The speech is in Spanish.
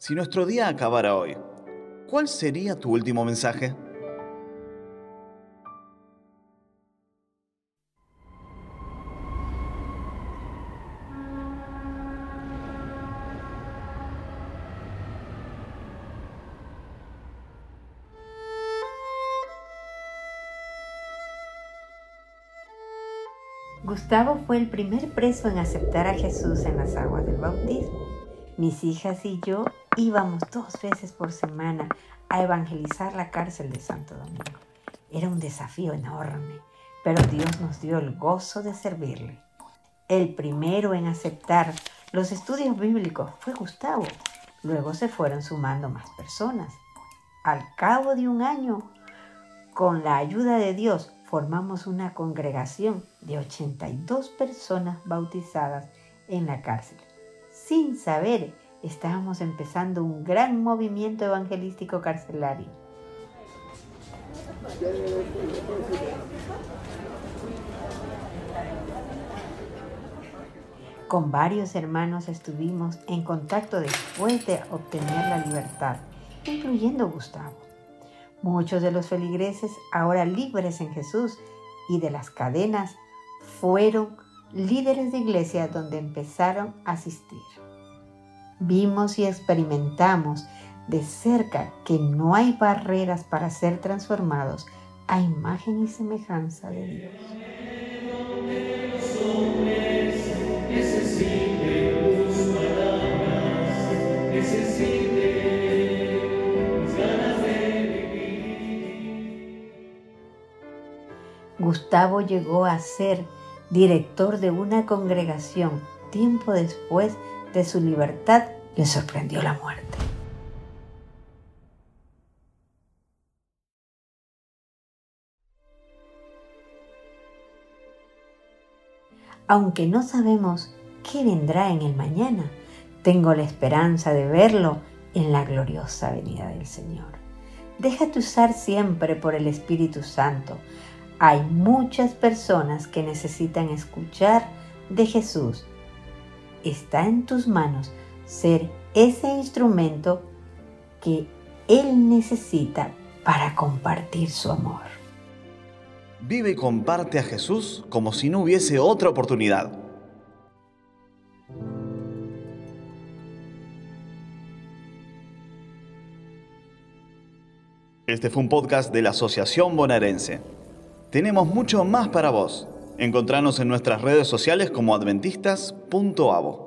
Si nuestro día acabara hoy, ¿cuál sería tu último mensaje? Gustavo fue el primer preso en aceptar a Jesús en las aguas del bautismo. Mis hijas y yo íbamos 2 veces por semana a evangelizar la cárcel de Santo Domingo. Era un desafío enorme, pero Dios nos dio el gozo de servirle. El primero en aceptar los estudios bíblicos fue Gustavo. Luego se fueron sumando más personas. Al cabo de un año, con la ayuda de Dios, formamos una congregación de 82 personas bautizadas en la cárcel. Sin saber, estábamos empezando un gran movimiento evangelístico carcelario. Con varios hermanos estuvimos en contacto después de obtener la libertad, incluyendo Gustavo. Muchos de los feligreses, ahora libres en Jesús y de las cadenas, fueron líderes de iglesia donde empezaron a asistir. Vimos y experimentamos de cerca que no hay barreras para ser transformados a imagen y semejanza de Dios. Gustavo llegó a ser director de una congregación. Tiempo después de su libertad, le sorprendió la muerte. Aunque no sabemos qué vendrá en el mañana, tengo la esperanza de verlo en la gloriosa venida del Señor. Déjate usar siempre por el Espíritu Santo. Hay muchas personas que necesitan escuchar de Jesús. Está en tus manos ser ese instrumento que Él necesita para compartir su amor. Vive y comparte a Jesús como si no hubiese otra oportunidad. Este fue un podcast de la Asociación Bonaerense. Tenemos mucho más para vos. Encontranos en nuestras redes sociales como adventistas.avo.